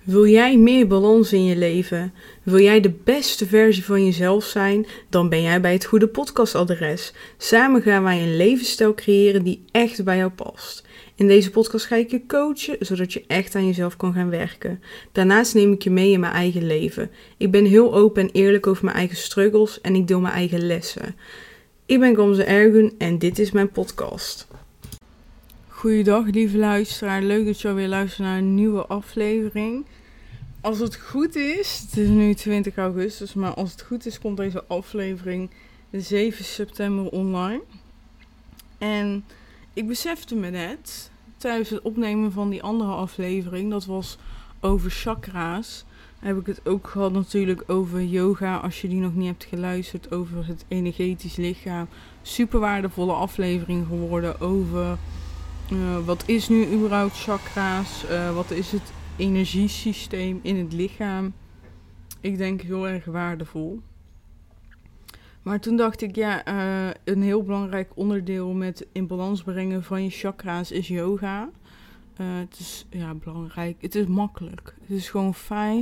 Wil jij meer balans in je leven? Wil jij de beste versie van jezelf zijn? Dan ben jij bij het goede podcastadres. Samen gaan wij een levensstijl creëren die echt bij jou past. In deze podcast ga ik je coachen, zodat je echt aan jezelf kan gaan werken. Daarnaast neem ik je mee in mijn eigen leven. Ik ben heel open en eerlijk over mijn eigen struggles en ik deel mijn eigen lessen. Ik ben Gamze Ergun en dit is mijn podcast. Goeiedag lieve luisteraar, leuk dat je alweer luistert naar een nieuwe aflevering. Als het goed is, het is nu 20 augustus, maar als het goed is komt deze aflevering 7 september online. En ik besefte me net, tijdens het opnemen van die andere aflevering, dat was over chakra's, heb ik het ook gehad natuurlijk over yoga, als je die nog niet hebt geluisterd, over het energetisch lichaam. Super waardevolle aflevering geworden over wat is nu überhaupt chakra's, wat is het energiesysteem in het lichaam. Ik denk heel erg waardevol. Maar toen dacht ik, een heel belangrijk onderdeel met in balans brengen van je chakra's is yoga. Het is belangrijk. Het is makkelijk. Het is gewoon fijn.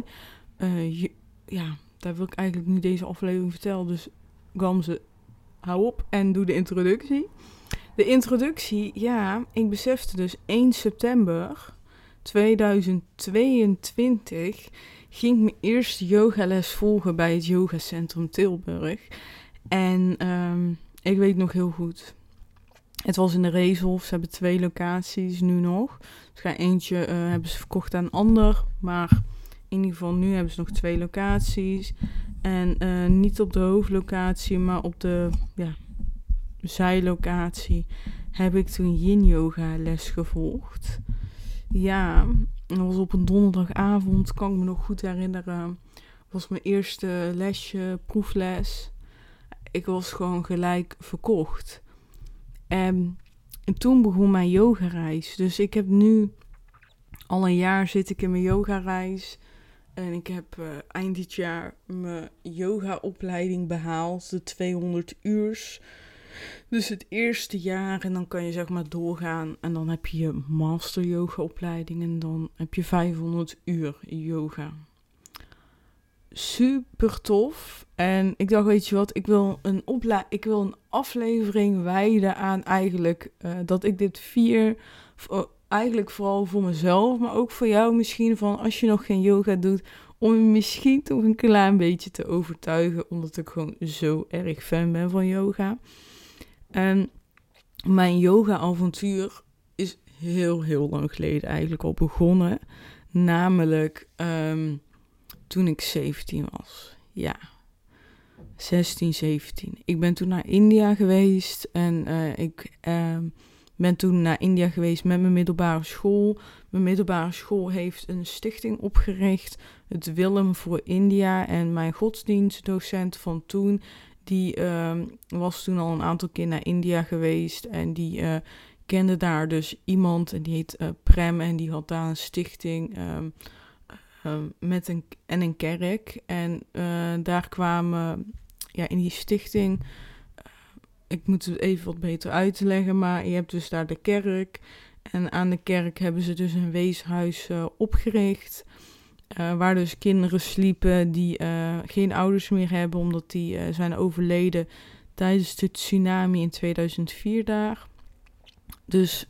Daar wil ik eigenlijk nu deze aflevering vertellen. Dus Gamze, hou op en doe de introductie. De introductie, ik besefte dus 1 september 2022 ging ik mijn eerste yogales volgen bij het yogacentrum Tilburg. En ik weet nog heel goed. Het was in de Reeshof. Ze hebben 2 locaties nu nog. Dus eentje hebben ze verkocht aan een ander. Maar in ieder geval nu hebben ze nog 2 locaties. En niet op de hoofdlocatie, maar op de zijlocatie heb ik toen yin yoga les gevolgd. Ja, dat was op een donderdagavond, kan ik me nog goed herinneren. Was mijn eerste lesje, proefles. Ik was gewoon gelijk verkocht. En toen begon mijn yogareis. Dus ik heb nu al een jaar zit ik in mijn yogareis. En ik heb eind dit jaar mijn yogaopleiding behaald. De 200 uur. Dus het eerste jaar en dan kan je zeg maar doorgaan. En dan heb je je master yoga opleiding en dan heb je 500 uur yoga. Super tof. En ik dacht, weet je wat, ik wil een aflevering wijden aan eigenlijk dat ik dit vier. Eigenlijk vooral voor mezelf, maar ook voor jou misschien van als je nog geen yoga doet. Om je misschien toch een klein beetje te overtuigen. Omdat ik gewoon zo erg fan ben van yoga. En mijn yoga-avontuur is heel lang geleden eigenlijk al begonnen. Namelijk toen ik 17 was. Ja, 16, 17. Ik ben toen naar India geweest. En ik ben toen naar India geweest met mijn middelbare school. Mijn middelbare school heeft een stichting opgericht. Het Willem voor India. En mijn godsdienstdocent van toen, die was toen al een aantal keer naar India geweest. En die kende daar dus iemand. En die heet Prem. En die had daar een stichting met een kerk. En daar kwamen in die stichting. Ik moet het even wat beter uitleggen. Maar je hebt dus daar de kerk. En aan de kerk hebben ze dus een weeshuis opgericht. Waar dus kinderen sliepen die geen ouders meer hebben, omdat die zijn overleden tijdens de tsunami in 2004 daar. Dus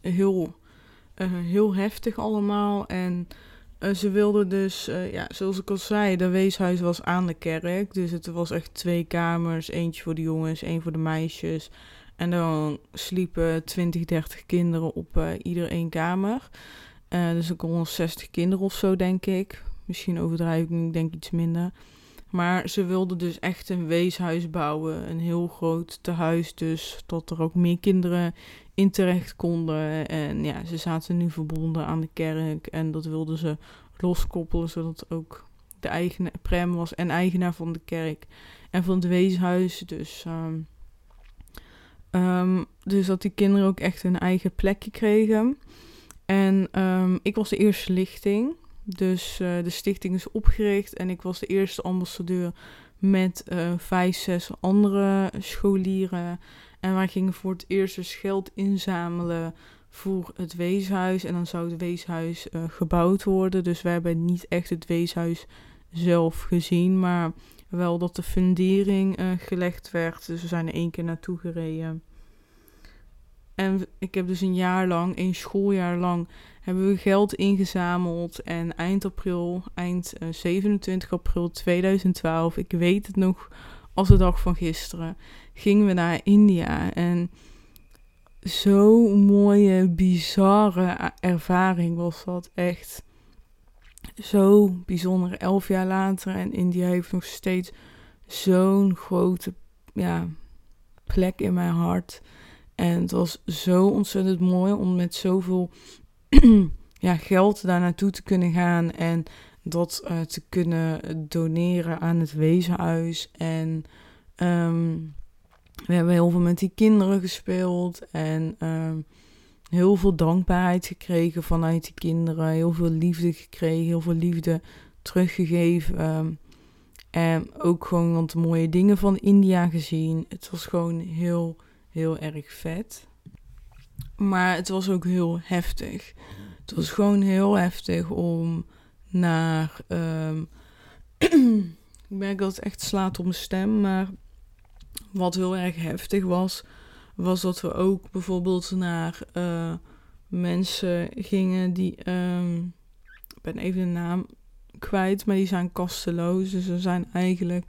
heel heftig allemaal. En ze wilden dus, zoals ik al zei, de weeshuis was aan de kerk. Dus het was echt 2 kamers, eentje voor de jongens, 1 voor de meisjes. En dan sliepen 20, 30 kinderen op ieder 1 kamer. Dus er konden 60 kinderen of zo, denk ik. Misschien overdrijf ik nu, ik denk iets minder. Maar ze wilden dus echt een weeshuis bouwen. Een heel groot tehuis dus. Dat er ook meer kinderen in terecht konden. En ze zaten nu verbonden aan de kerk. En dat wilden ze loskoppelen. Zodat ook de Prem was en eigenaar van de kerk. En van het weeshuis. Dus dat die kinderen ook echt hun eigen plekje kregen. En ik was de eerste lichting. Dus de stichting is opgericht en ik was de eerste ambassadeur met 5, 6 andere scholieren. En wij gingen voor het eerst dus geld inzamelen voor het weeshuis. En dan zou het weeshuis gebouwd worden. Dus we hebben niet echt het weeshuis zelf gezien, maar wel dat de fundering gelegd werd. Dus we zijn er 1 keer naartoe gereden. En ik heb dus een schooljaar lang, hebben we geld ingezameld. En eind 27 april 2012, ik weet het nog als de dag van gisteren, gingen we naar India. En zo'n mooie, bizarre ervaring was dat. Echt zo bijzonder. 11 jaar later en India heeft nog steeds zo'n grote plek in mijn hart. En het was zo ontzettend mooi om met zoveel geld daar naartoe te kunnen gaan. En dat te kunnen doneren aan het weeshuis. En we hebben heel veel met die kinderen gespeeld. En heel veel dankbaarheid gekregen vanuit die kinderen. Heel veel liefde gekregen. Heel veel liefde teruggegeven. En ook gewoon wat mooie dingen van India gezien. Het was gewoon heel, heel erg vet. Maar het was ook heel heftig. Het was gewoon heel heftig om naar... ik merk dat het echt slaat op mijn stem. Maar wat heel erg heftig was dat we ook bijvoorbeeld naar mensen gingen die... ik ben even de naam kwijt, maar die zijn kasteloos. Dus er zijn eigenlijk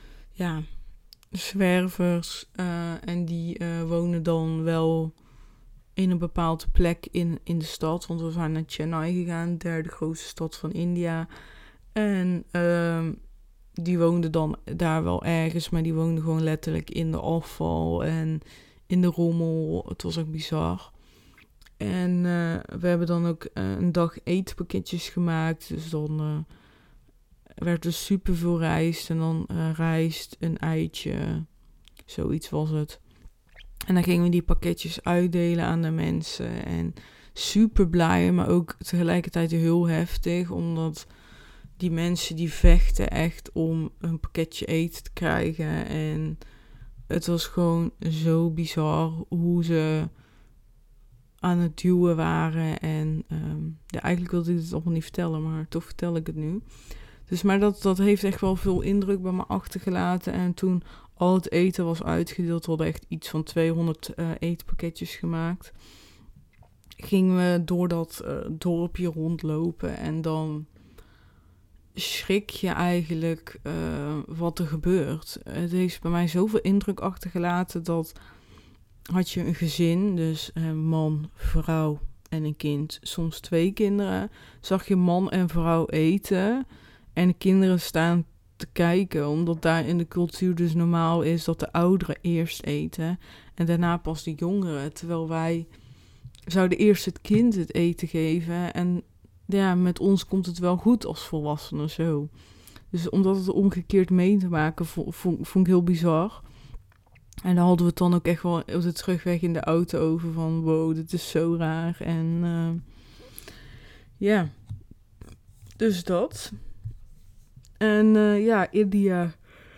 zwervers en die wonen dan wel in een bepaalde plek in de stad. Want we zijn naar Chennai gegaan, de 3e grootste stad van India. En die woonden dan daar wel ergens, maar die woonden gewoon letterlijk in de afval en in de rommel. Het was ook bizar. En we hebben dan ook een dag eetpakketjes gemaakt. Dus dan werd er superveel rijst. En dan rijst, een eitje. Zoiets was het. En dan gingen we die pakketjes uitdelen aan de mensen. En super blij, maar ook tegelijkertijd heel heftig. Omdat die mensen die vechten echt om een pakketje eten te krijgen. En het was gewoon zo bizar hoe ze aan het duwen waren. En eigenlijk wilde ik dit allemaal niet vertellen, maar toch vertel ik het nu. Dus maar dat heeft echt wel veel indruk bij me achtergelaten. En toen al het eten was uitgedeeld, hadden echt iets van 200 eetpakketjes gemaakt. Gingen we door dat dorpje rondlopen en dan schrik je eigenlijk wat er gebeurt. Het heeft bij mij zoveel indruk achtergelaten dat had je een gezin, dus man, vrouw en een kind, soms 2 kinderen, zag je man en vrouw eten en de kinderen staan te kijken, omdat daar in de cultuur dus normaal is dat de ouderen eerst eten en daarna pas de jongeren, terwijl wij zouden eerst het kind het eten geven en met ons komt het wel goed als volwassenen zo. Dus om dat omgekeerd mee te maken, vond ik heel bizar. En daar hadden we het dan ook echt wel op de terugweg in de auto over van wow, dit is zo raar. En dus dat. En India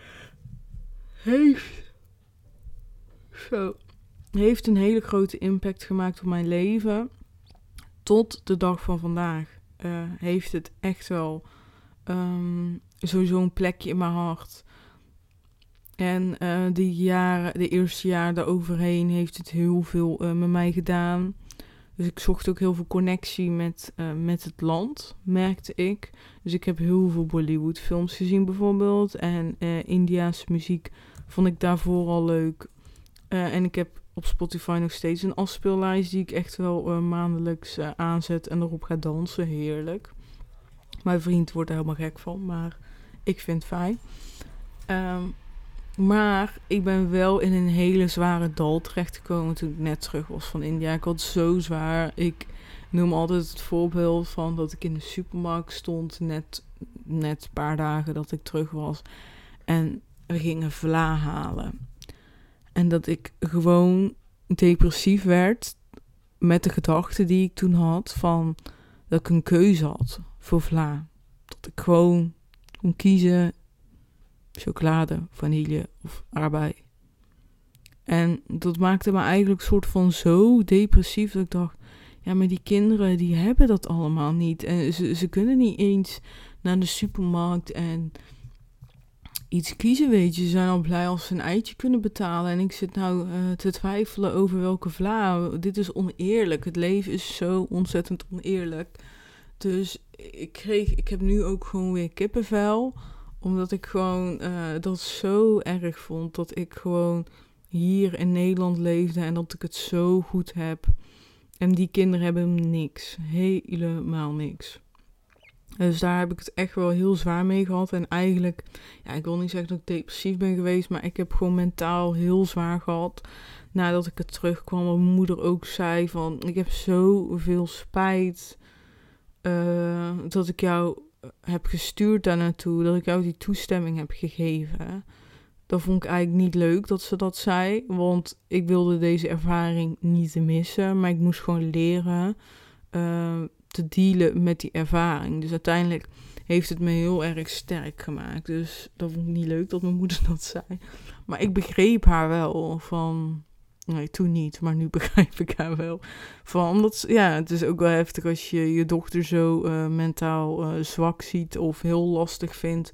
heeft een hele grote impact gemaakt op mijn leven. Tot de dag van vandaag heeft het echt wel sowieso een plekje in mijn hart. En de eerste jaar daaroverheen heeft het heel veel met mij gedaan. Dus ik zocht ook heel veel connectie met het land, merkte ik. Dus ik heb heel veel Bollywood films gezien bijvoorbeeld. En Indiaanse muziek vond ik daarvoor al leuk. En ik heb op Spotify nog steeds een afspeellijst die ik echt wel maandelijks aanzet en erop ga dansen. Heerlijk. Mijn vriend wordt er helemaal gek van, maar ik vind het fijn. Maar ik ben wel in een hele zware dal terechtgekomen toen ik net terug was van India. Ik had het zo zwaar. Ik noem altijd het voorbeeld van dat ik in de supermarkt stond. Net een paar dagen dat ik terug was. En we gingen vla halen. En dat ik gewoon depressief werd met de gedachte die ik toen had van dat ik een keuze had voor vla. Dat ik gewoon kon kiezen chocolade, vanille of aardbei. En dat maakte me eigenlijk soort van zo depressief dat ik dacht, Ja, maar die kinderen, die hebben dat allemaal niet. En ze kunnen niet eens naar de supermarkt en iets kiezen, weet je. Ze zijn al blij als ze een eitje kunnen betalen. En ik zit nou te twijfelen over welke vla. Dit is oneerlijk. Het leven is zo ontzettend oneerlijk. Dus ik heb nu ook gewoon weer kippenvel. Omdat ik gewoon dat zo erg vond. Dat ik gewoon hier in Nederland leefde en dat ik het zo goed heb. En die kinderen hebben niks. Helemaal niks. Dus daar heb ik het echt wel heel zwaar mee gehad. En eigenlijk, ja, ik wil niet zeggen dat ik depressief ben geweest, maar ik heb gewoon mentaal heel zwaar gehad. Nadat ik er terugkwam, wat mijn moeder ook zei van, ik heb zoveel spijt dat ik jou heb gestuurd daar naartoe. Dat ik jou die toestemming heb gegeven. Dat vond ik eigenlijk niet leuk dat ze dat zei. Want ik wilde deze ervaring niet missen. Maar ik moest gewoon leren te dealen met die ervaring. Dus uiteindelijk heeft het me heel erg sterk gemaakt. Dus dat vond ik niet leuk dat mijn moeder dat zei. Maar ik begreep haar wel van... Nee, toen niet, maar nu begrijp ik haar wel. Van, dat, ja, het is ook wel heftig als je je dochter zo mentaal zwak ziet of heel lastig vindt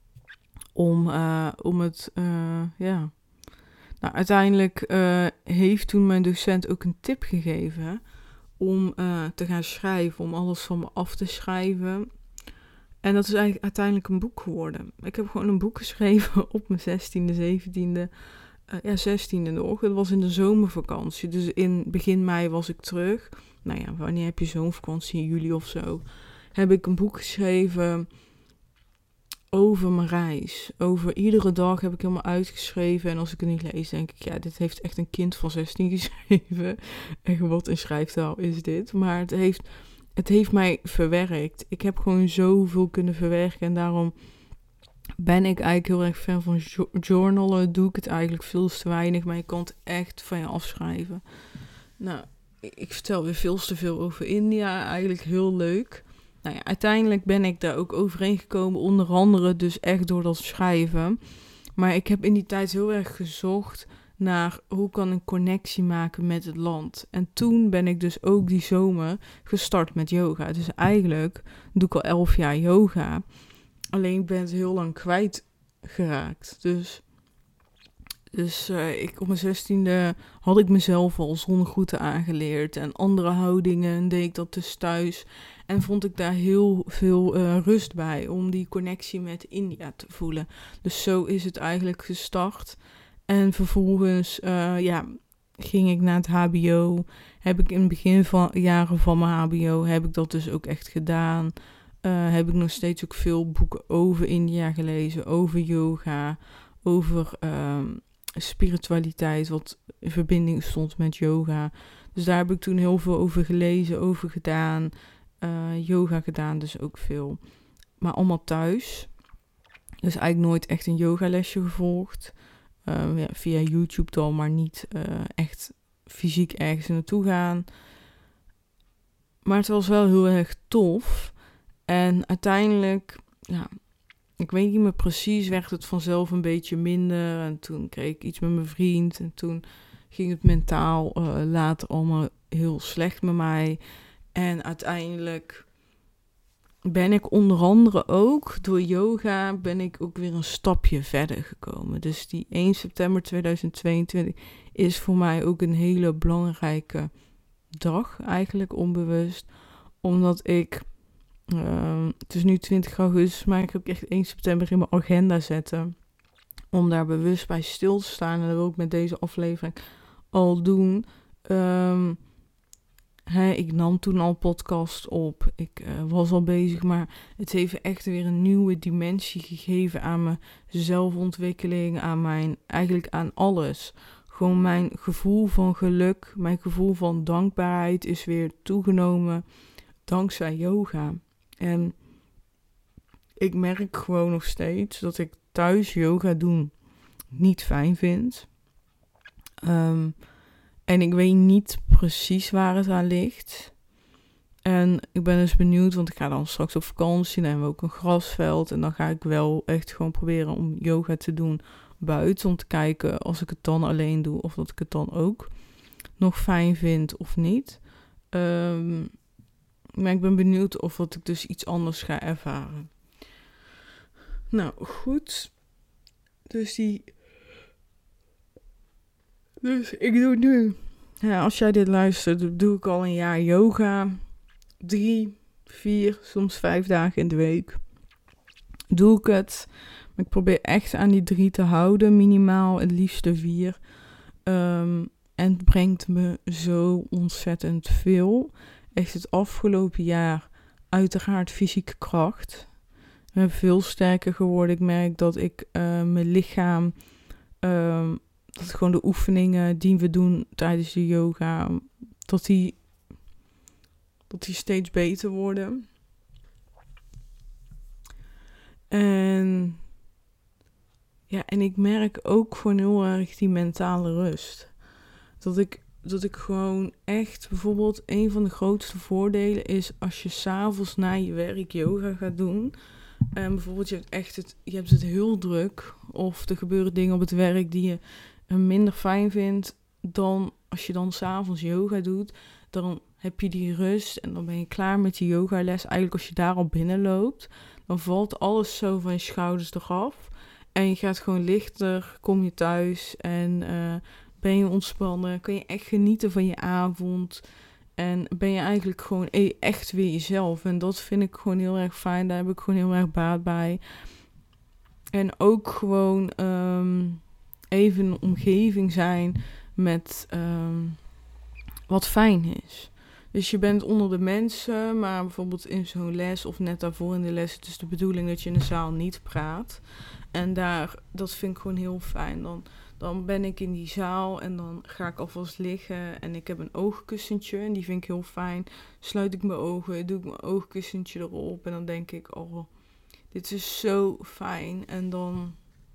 om het, ja... Nou, uiteindelijk heeft toen mijn docent ook een tip gegeven om te gaan schrijven, om alles van me af te schrijven. En dat is eigenlijk uiteindelijk een boek geworden. Ik heb gewoon een boek geschreven op mijn 16e, 17e, 16e nog. Het was in de zomervakantie, dus in begin mei was ik terug. Nou ja, wanneer heb je zomervakantie? In juli of zo. Heb ik een boek geschreven over mijn reis. Over iedere dag heb ik helemaal uitgeschreven. En als ik het niet lees, denk ik, ja, dit heeft echt een kind van 16 geschreven. En wat een schrijftaal is dit. Maar het heeft mij verwerkt. Ik heb gewoon zoveel kunnen verwerken. En daarom ben ik eigenlijk heel erg fan van journalen. Doe ik het eigenlijk veel te weinig. Maar je kan het echt van je afschrijven. Nou, ik vertel weer veel te veel over India. Eigenlijk heel leuk. Nou ja, uiteindelijk ben ik daar ook overheen gekomen, onder andere dus echt door dat schrijven. Maar ik heb in die tijd heel erg gezocht naar hoe kan ik connectie maken met het land. En toen ben ik dus ook die zomer gestart met yoga. Dus eigenlijk doe ik al 11 jaar yoga. Alleen ik ben het heel lang kwijtgeraakt. Dus ik op mijn 16e had ik mezelf al zonnegroeten aangeleerd. En andere houdingen deed ik dat dus thuis. En vond ik daar heel veel rust bij om die connectie met India te voelen. Dus zo is het eigenlijk gestart. En vervolgens ging ik naar het hbo. Heb ik in het begin van jaren van mijn hbo, heb ik dat dus ook echt gedaan. Heb ik nog steeds ook veel boeken over India gelezen, over yoga, over spiritualiteit, wat in verbinding stond met yoga. Dus daar heb ik toen heel veel over gelezen, over gedaan. Yoga gedaan, dus ook veel. Maar allemaal thuis. Dus eigenlijk nooit echt een yogalesje gevolgd. Via YouTube dan, maar niet echt fysiek ergens naartoe gaan. Maar het was wel heel erg tof. En uiteindelijk, ja, ik weet niet meer precies, werd het vanzelf een beetje minder. En toen kreeg ik iets met mijn vriend. En toen ging het mentaal later allemaal heel slecht met mij. En uiteindelijk ben ik onder andere ook, door yoga, ben ik ook weer een stapje verder gekomen. Dus die 1 september 2022 is voor mij ook een hele belangrijke dag, eigenlijk onbewust. Omdat ik, het is nu 20 augustus, maar ik heb echt 1 september in mijn agenda zetten. Om daar bewust bij stil te staan. En dat wil ik met deze aflevering al doen. Ik nam toen al podcast op. Ik was al bezig, maar het heeft echt weer een nieuwe dimensie gegeven aan mijn zelfontwikkeling, eigenlijk aan alles. Gewoon mijn gevoel van geluk, mijn gevoel van dankbaarheid is weer toegenomen dankzij yoga. En ik merk gewoon nog steeds dat ik thuis yoga doen niet fijn vind. En ik weet niet precies waar het aan ligt. En ik ben dus benieuwd, want ik ga dan straks op vakantie. Dan hebben we ook een grasveld. En dan ga ik wel echt gewoon proberen om yoga te doen buiten. Om te kijken als ik het dan alleen doe of dat ik het dan ook nog fijn vind of niet. Maar ik ben benieuwd of dat ik dus iets anders ga ervaren. Nou, goed. Dus ik doe nu... Ja, als jij dit luistert, doe ik al een jaar yoga. 3, 4, soms 5 dagen in de week. Doe ik het. Maar ik probeer echt aan die 3 te houden. Minimaal het liefste 4. En het brengt me zo ontzettend veel. Echt het afgelopen jaar uiteraard fysieke kracht. Ik ben veel sterker geworden. Ik merk dat ik mijn lichaam... dat gewoon de oefeningen die we doen tijdens de yoga... dat die steeds beter worden. En ik merk ook gewoon heel erg die mentale rust. Dat ik gewoon echt... Bijvoorbeeld een van de grootste voordelen is... als je 's avonds na je werk yoga gaat doen... En bijvoorbeeld je hebt het heel druk... of er gebeuren dingen op het werk die je minder fijn vindt... dan als je dan 's avonds yoga doet... dan heb je die rust en dan ben je klaar met die yogales. Eigenlijk als je daar al binnenloopt... dan valt alles zo van je schouders eraf... En je gaat gewoon lichter, kom je thuis en ben je ontspannen. Kan je echt genieten van je avond. En ben je eigenlijk gewoon echt weer jezelf. En dat vind ik gewoon heel erg fijn. Daar heb ik gewoon heel erg baat bij. En ook gewoon even een omgeving zijn met wat fijn is. Dus je bent onder de mensen, maar bijvoorbeeld in zo'n les of net daarvoor in de les... het is de bedoeling dat je in de zaal niet praat... En dat vind ik gewoon heel fijn. Dan ben ik in die zaal en dan ga ik alvast liggen. En ik heb een oogkussentje en die vind ik heel fijn. Sluit ik mijn ogen, doe ik mijn oogkussentje erop. En dan denk ik, oh, dit is zo fijn. En dan,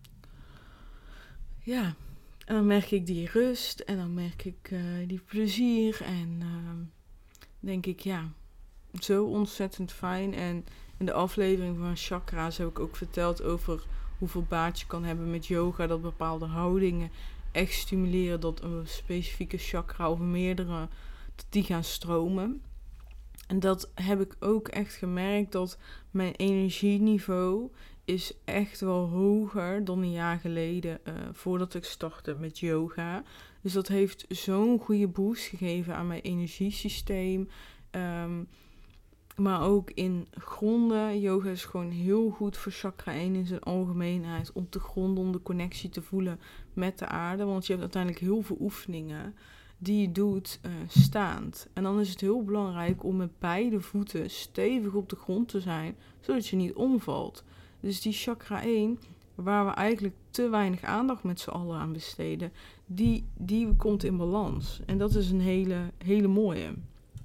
en dan merk ik die rust en dan merk ik die plezier. En denk ik, zo ontzettend fijn. En in de aflevering van Chakra's heb ik ook verteld over... hoeveel baat je kan hebben met yoga, dat bepaalde houdingen echt stimuleren dat een specifieke chakra of meerdere, dat die gaan stromen. En dat heb ik ook echt gemerkt, dat mijn energieniveau is echt wel hoger dan een jaar geleden voordat ik startte met yoga. Dus dat heeft zo'n goede boost gegeven aan mijn energiesysteem. Maar ook in gronden. Yoga is gewoon heel goed voor chakra 1 in zijn algemeenheid. Om te gronden, om de connectie te voelen met de aarde. Want je hebt uiteindelijk heel veel oefeningen die je doet staand. En dan is het heel belangrijk om met beide voeten stevig op de grond te zijn. Zodat je niet omvalt. Dus die chakra 1, waar we eigenlijk te weinig aandacht met z'n allen aan besteden. Die komt in balans. En dat is een hele mooie.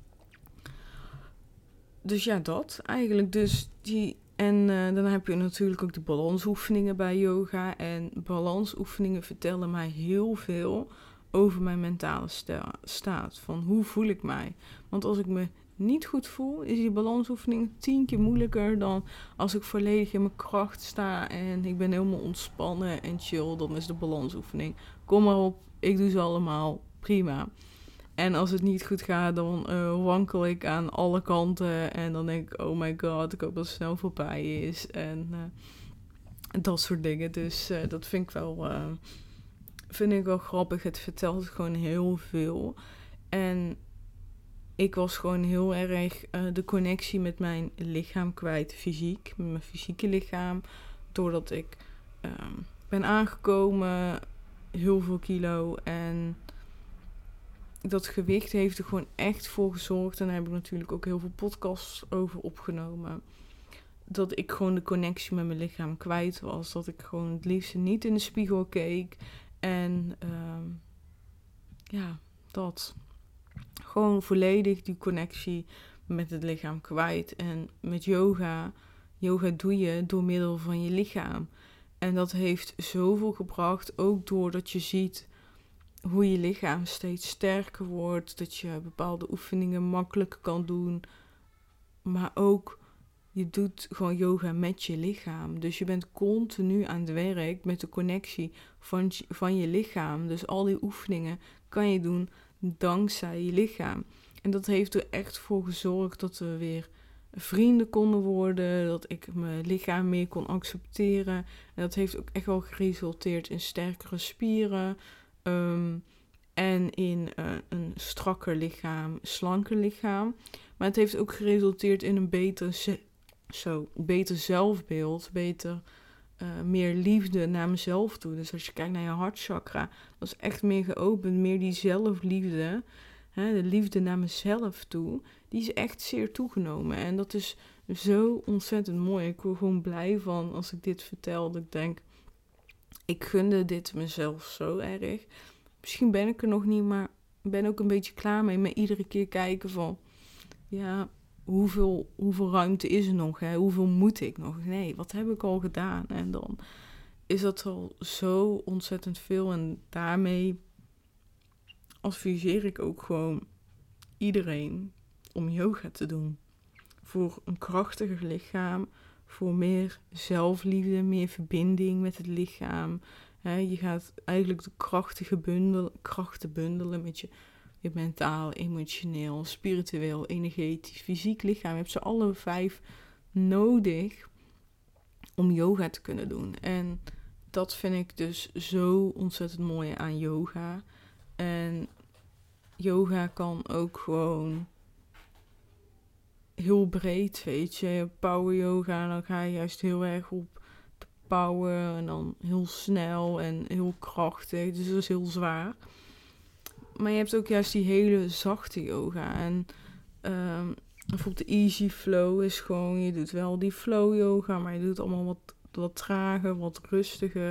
Dus dat eigenlijk. Dus dan heb je natuurlijk ook de balansoefeningen bij yoga. En balansoefeningen vertellen mij heel veel over mijn mentale staat. Van hoe voel ik mij? Want als ik me niet goed voel, is die balansoefening 10 keer moeilijker dan als ik volledig in mijn kracht sta en ik ben helemaal ontspannen en chill. Dan is de balansoefening. Kom maar op, ik doe ze allemaal. Prima. En als het niet goed gaat, dan wankel ik aan alle kanten. En dan denk ik, oh my god, ik hoop dat het snel voorbij is. En dat soort dingen. Dus dat vind ik wel grappig. Het vertelt gewoon heel veel. En ik was gewoon heel erg de connectie met mijn lichaam kwijt. Fysiek, met mijn fysieke lichaam. Doordat ik ben aangekomen, heel veel kilo en... Dat gewicht heeft er gewoon echt voor gezorgd. En daar heb ik natuurlijk ook heel veel podcasts over opgenomen. Dat ik gewoon de connectie met mijn lichaam kwijt was. Dat ik gewoon het liefst niet in de spiegel keek. En dat. Gewoon volledig die connectie met het lichaam kwijt. En met yoga doe je door middel van je lichaam. En dat heeft zoveel gebracht. Ook doordat je ziet hoe je lichaam steeds sterker wordt. Dat je bepaalde oefeningen makkelijker kan doen. Maar ook, je doet gewoon yoga met je lichaam. Dus je bent continu aan het werk met de connectie van je lichaam. Dus al die oefeningen kan je doen dankzij je lichaam. En dat heeft er echt voor gezorgd dat we weer vrienden konden worden. Dat ik mijn lichaam meer kon accepteren. En dat heeft ook echt wel geresulteerd in sterkere spieren. En in een strakker lichaam, slanker lichaam. Maar het heeft ook geresulteerd in een beter zelfbeeld. Meer liefde naar mezelf toe. Dus als je kijkt naar je hartchakra, dat is echt meer geopend. Meer die zelfliefde. De liefde naar mezelf toe, die is echt zeer toegenomen. En dat is zo ontzettend mooi. Ik word gewoon blij van als ik dit vertel. Dat ik denk, ik gunde dit mezelf zo erg. Misschien ben ik er nog niet, maar ik ben ook een beetje klaar mee. Met iedere keer kijken van, ja, hoeveel ruimte is er nog? Hè? Hoeveel moet ik nog? Nee, wat heb ik al gedaan? En dan is dat al zo ontzettend veel. En daarmee adviseer ik ook gewoon iedereen om yoga te doen. Voor een krachtiger lichaam, voor meer zelfliefde, meer verbinding met het lichaam. Je gaat eigenlijk de krachten bundelen met je mentaal, emotioneel, spiritueel, energetisch, fysiek lichaam. Je hebt ze alle 5 nodig om yoga te kunnen doen. En dat vind ik dus zo ontzettend mooi aan yoga. En yoga kan ook gewoon heel breed, weet je. Power yoga, dan ga je juist heel erg op de power en dan heel snel en heel krachtig. Dus dat is heel zwaar. Maar je hebt ook juist die hele zachte yoga. En bijvoorbeeld de easy flow is gewoon, je doet wel die flow yoga, maar je doet het allemaal wat trager, wat rustiger.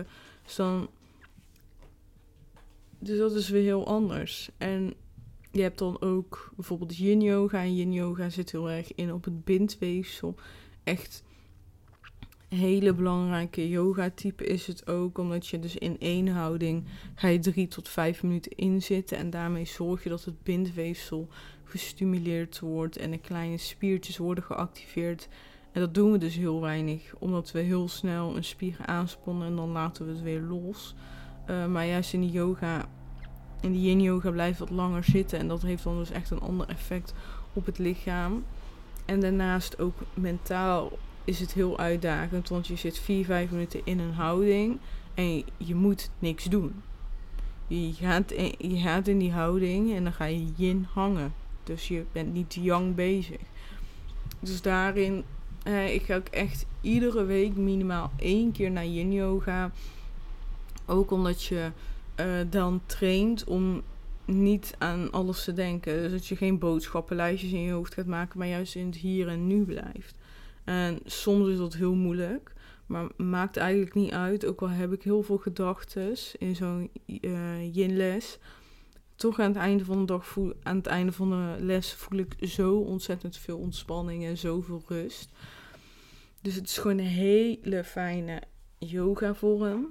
Dus dat is weer heel anders. En je hebt dan ook bijvoorbeeld yin yoga. En yin yoga zit heel erg in op het bindweefsel. Echt een hele belangrijke yoga-type is het ook. Omdat je dus in 1 houding ga je 3 tot 5 minuten inzitten. En daarmee zorg je dat het bindweefsel gestimuleerd wordt. En de kleine spiertjes worden geactiveerd. En dat doen we dus heel weinig. Omdat we heel snel een spier aanspannen en dan laten we het weer los. Maar juist in die yin yoga blijft wat langer zitten. En dat heeft dan dus echt een ander effect op het lichaam. En daarnaast ook mentaal is het heel uitdagend. Want je zit 4-5 minuten in een houding. En je moet niks doen. Je gaat in die houding en dan ga je yin hangen. Dus je bent niet yang bezig. Dus daarin, ik ga ook echt iedere week minimaal 1 keer naar yin yoga. Ook omdat je dan traint om niet aan alles te denken. Dus dat je geen boodschappenlijstjes in je hoofd gaat maken, maar juist in het hier en nu blijft. En soms is dat heel moeilijk, maar maakt eigenlijk niet uit. Ook al heb ik heel veel gedachten in zo'n yin-les. Toch aan het einde van de dag, aan het einde van de les voel ik zo ontzettend veel ontspanning en zoveel rust. Dus het is gewoon een hele fijne yoga vorm.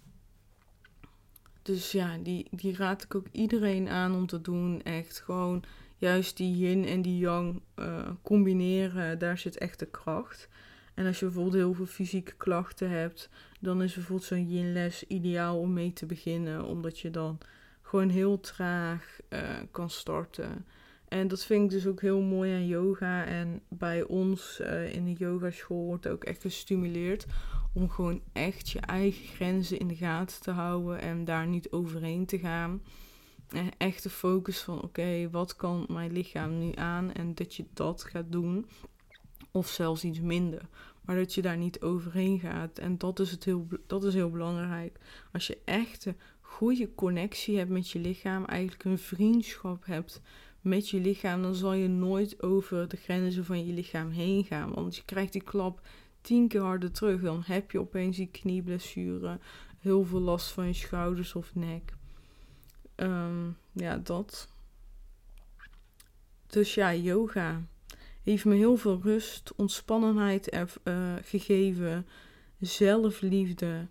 Dus ja, die raad ik ook iedereen aan om te doen. Echt gewoon juist die yin en die yang combineren. Daar zit echt de kracht. En als je bijvoorbeeld heel veel fysieke klachten hebt, dan is bijvoorbeeld zo'n yin-les ideaal om mee te beginnen. Omdat je dan gewoon heel traag kan starten. En dat vind ik dus ook heel mooi aan yoga. En bij ons in de yogaschool wordt ook echt gestimuleerd om gewoon echt je eigen grenzen in de gaten te houden en daar niet overheen te gaan. En echt de focus van oké, wat kan mijn lichaam nu aan? En dat je dat gaat doen. Of zelfs iets minder. Maar dat je daar niet overheen gaat. En dat is heel belangrijk. Als je echt een goede connectie hebt met je lichaam, eigenlijk een vriendschap hebt met je lichaam, dan zal je nooit over de grenzen van je lichaam heen gaan. Want je krijgt die klap 10 keer harder terug. Dan heb je opeens die knieblessure, heel veel last van je schouders of nek. Dat. Dus ja, yoga heeft me heel veel rust, ontspannenheid gegeven, zelfliefde,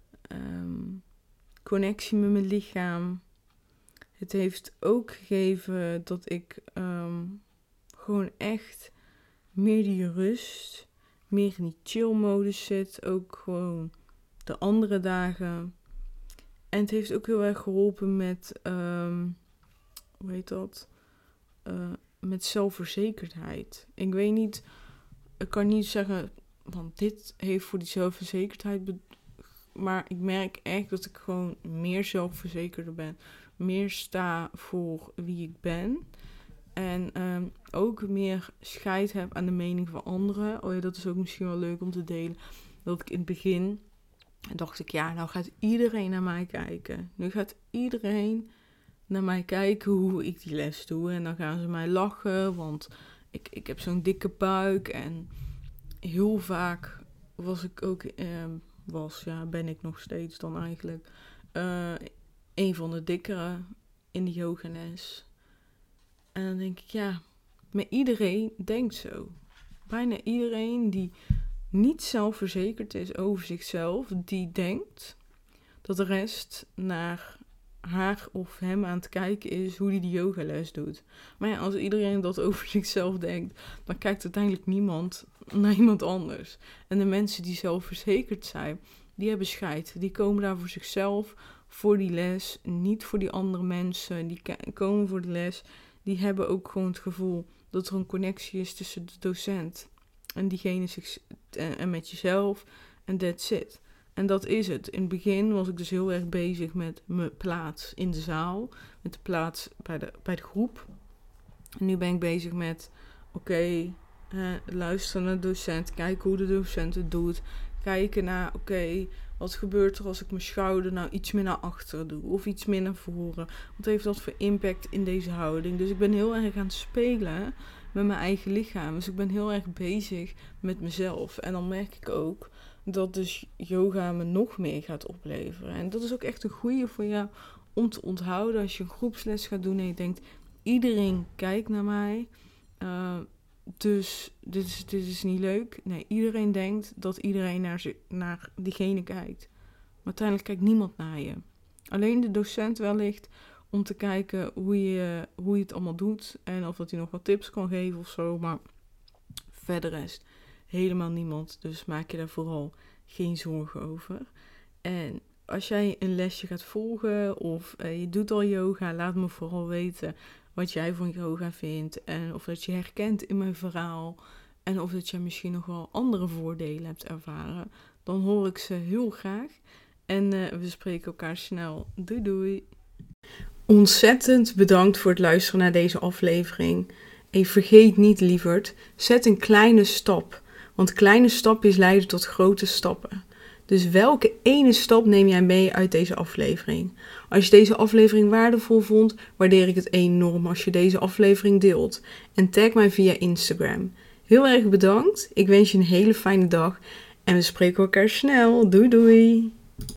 connectie met mijn lichaam. Het heeft ook gegeven dat ik gewoon echt meer die rust, meer in die chill-modus zit. Ook gewoon de andere dagen. En het heeft ook heel erg geholpen met, met zelfverzekerdheid. Ik weet niet, ik kan niet zeggen, want dit heeft voor die zelfverzekerdheid, maar ik merk echt dat ik gewoon meer zelfverzekerder ben. Meer sta voor wie ik ben. En ook meer scheid heb aan de mening van anderen. Oh ja, dat is ook misschien wel leuk om te delen. Dat ik in het begin dacht ik, ja, nou gaat iedereen naar mij kijken. Nu gaat iedereen naar mij kijken hoe ik die les doe. En dan gaan ze mij lachen, want ik heb zo'n dikke buik. En heel vaak was ik ook, ben ik nog steeds dan eigenlijk, een van de dikkere in de yogales. En dan denk ik, ja, maar iedereen denkt zo. Bijna iedereen die niet zelfverzekerd is over zichzelf, die denkt dat de rest naar haar of hem aan het kijken is hoe hij die yogales doet. Maar ja, als iedereen dat over zichzelf denkt, dan kijkt uiteindelijk niemand naar iemand anders. En de mensen die zelfverzekerd zijn, die hebben scheid. Die komen daar voor zichzelf, voor die les, niet voor die andere mensen. Die komen voor de les. Die hebben ook gewoon het gevoel dat er een connectie is tussen de docent en diegene en met jezelf. En that's it. En dat is het. In het begin was ik dus heel erg bezig met mijn plaats in de zaal. Met de plaats bij de groep. En nu ben ik bezig met, luisteren naar de docent. Kijken hoe de docent het doet. Kijken naar, wat gebeurt er als ik mijn schouder nou iets meer naar achteren doe? Of iets meer naar voren? Wat heeft dat voor impact in deze houding? Dus ik ben heel erg aan het spelen met mijn eigen lichaam. Dus ik ben heel erg bezig met mezelf. En dan merk ik ook dat dus yoga me nog meer gaat opleveren. En dat is ook echt een goeie voor jou om te onthouden als je een groepsles gaat doen en je denkt, iedereen kijkt naar mij, dus dit is niet leuk. Nee, iedereen denkt dat iedereen naar diegene kijkt. Maar uiteindelijk kijkt niemand naar je. Alleen de docent wellicht om te kijken hoe je het allemaal doet en of dat hij nog wat tips kan geven of zo, maar verder rest helemaal niemand. Dus maak je daar vooral geen zorgen over. En als jij een lesje gaat volgen of je doet al yoga, laat me vooral weten wat jij van yoga vindt. En of dat je herkent in mijn verhaal. En of dat je misschien nog wel andere voordelen hebt ervaren. Dan hoor ik ze heel graag. En we spreken elkaar snel. Doei doei. Ontzettend bedankt voor het luisteren naar deze aflevering. En vergeet niet, lieverd, zet een kleine stap. Want kleine stapjes leiden tot grote stappen. Dus welke ene stap neem jij mee uit deze aflevering? Als je deze aflevering waardevol vond, waardeer ik het enorm als je deze aflevering deelt. En tag mij via Instagram. Heel erg bedankt. Ik wens je een hele fijne dag. En we spreken elkaar snel. Doei doei.